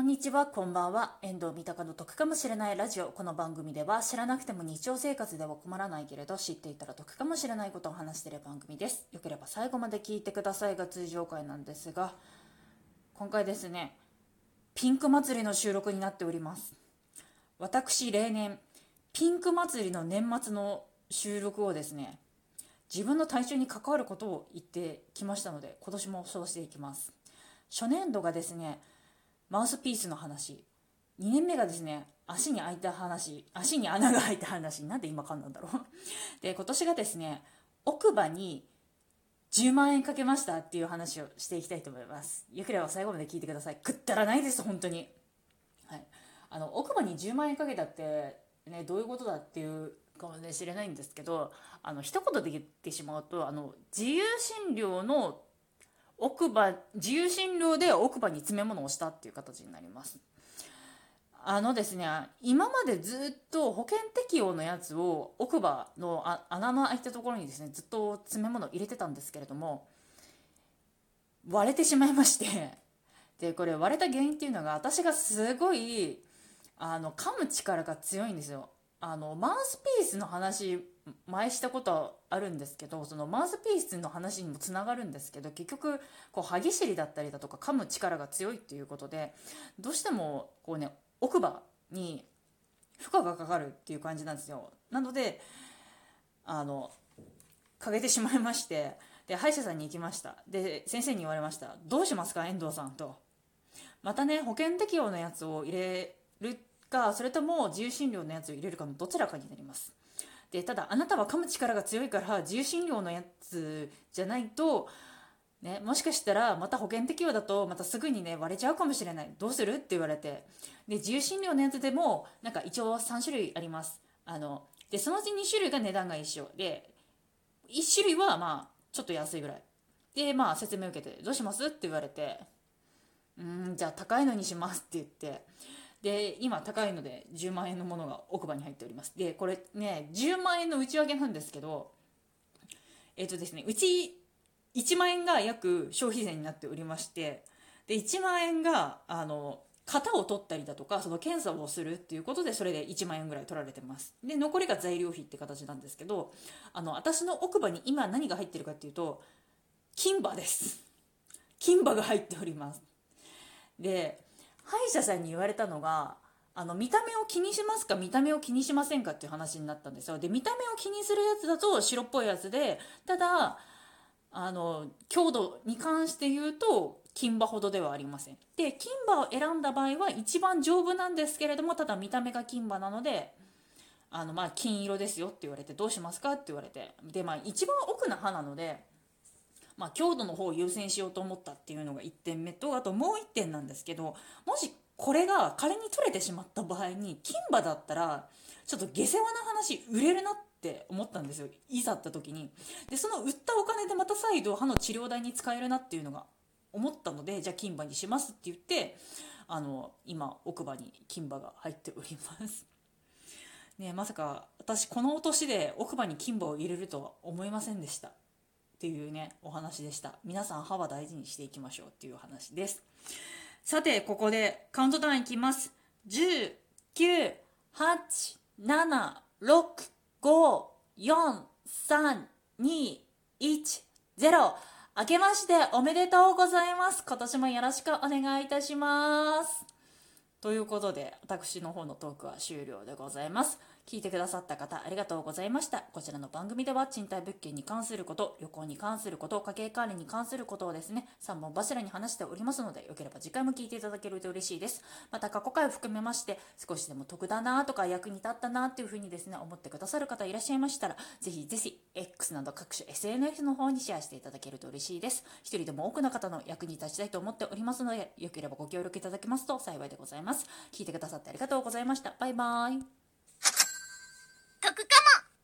んにちは、こんばんは。遠藤三鷹の得かもしれないラジオ。この番組では知らなくても日常生活では困らないけれど知っていたら得かもしれないことを話している番組です。よければ最後まで聞いてくださいが通常回なんですが、今回ですね、ピンク祭りの収録になっております。私、例年、ピンク祭りの年末の収録をですね、自分の体調に関わることを言ってきましたので、今年もそうしていきます。初年度がですね、マウスピースの話、2年目がですね、足に穴が開いた話、なんで今噛んだんだろうで、今年がですね、奥歯に10万円かけましたっていう話をしていきたいと思います。よければ最後まで聞いてください。くったらないです、本当に。はい、奥歯に10万円かけたってね、どういうことだっていうかもしれないんですけど、一言で言ってしまうと、自由診療で奥歯に詰め物をしたっていう形になります。ですね、今までずっと保険適用のやつを奥歯の穴の開いたところにですね、ずっと詰め物を入れてたんですけれども、割れてしまいまして、でこれ割れた原因っていうのが、私がすごい噛む力が強いんですよ。マウスピースの話前したことあるんですけど、そのマウスピースの話にもつながるんですけど、結局こう歯ぎしりだったりだとか噛む力が強いっていうことで、どうしてもこうね、奥歯に負荷がかかるっていう感じなんですよ。なのでかけてしまいまして、で歯医者さんに行きました。で先生に言われました。どうしますか遠藤さんと。またね、保険適用のやつを入れるか、それとも自由診療のやつを入れるかのどちらかになります。でただ、あなたは噛む力が強いから自由診療のやつじゃないと、ね、もしかしたらまた保険適用だとまたすぐにね割れちゃうかもしれない、どうするって言われて、で自由診療のやつでもなんか一応3種類あります。でそのうち2種類が値段が一緒で、1種類はまあちょっと安いぐらいで、まあ説明を受けて、どうしますって言われて、じゃあ高いのにしますって言って、で今高いので10万円のものが奥歯に入っております。でこれね、10万円の内訳なんですけど、ですね、うち1万円が約消費税になっておりまして、で1万円が型を取ったりだとか、その検査をするっていうことで、それで1万円ぐらい取られてます。で残りが材料費って形なんですけど、私の奥歯に今何が入ってるかっていうと、金歯です。金歯が入っております。で歯医者さんに言われたのが、見た目を気にしますか見た目を気にしませんかっていう話になったんですよ。で見た目を気にするやつだと白っぽいやつで、ただ強度に関して言うと金歯ほどではありません。で金歯を選んだ場合は一番丈夫なんですけれども、ただ見た目が金歯なのでまあ金色ですよって言われて、どうしますかって言われて、でまあ一番奥な歯なので、まあ、強度の方を優先しようと思ったっていうのが1点目と、あともう1点なんですけど、もしこれが仮に取れてしまった場合に金歯だったらちょっと下世話な話売れるなって思ったんですよ、いざった時に。でその売ったお金でまた再度歯の治療代に使えるなっていうのが思ったので、じゃあ金歯にしますって言って、今奥歯に金歯が入っておりますね。まさか私この年で奥歯に金歯を入れるとは思いませんでしたっていうね、お話でした。皆さん歯は大事にしていきましょうっていう話です。さてここでカウントダウンいきます。10、9、8、7、6、5、4、3、2、1、0。明けましておめでとうございます。今年もよろしくお願いいたします。ということで、私の方のトークは終了でございます。聞いてくださった方ありがとうございました。こちらの番組では賃貸物件に関すること、旅行に関すること、家計管理に関することをですね、3本柱に話しておりますので、よければ次回も聞いていただけると嬉しいです。また過去回を含めまして、少しでも得だなとか役に立ったなっていうふうにですね、思ってくださる方いらっしゃいましたら、ぜひぜひ X など各種 SNS の方にシェアしていただけると嬉しいです。一人でも多くの方の役に立ちたいと思っておりますので、よければご協力いただけますと幸いでございます。聞いてくださってありがとうございました。バイバイ。 得か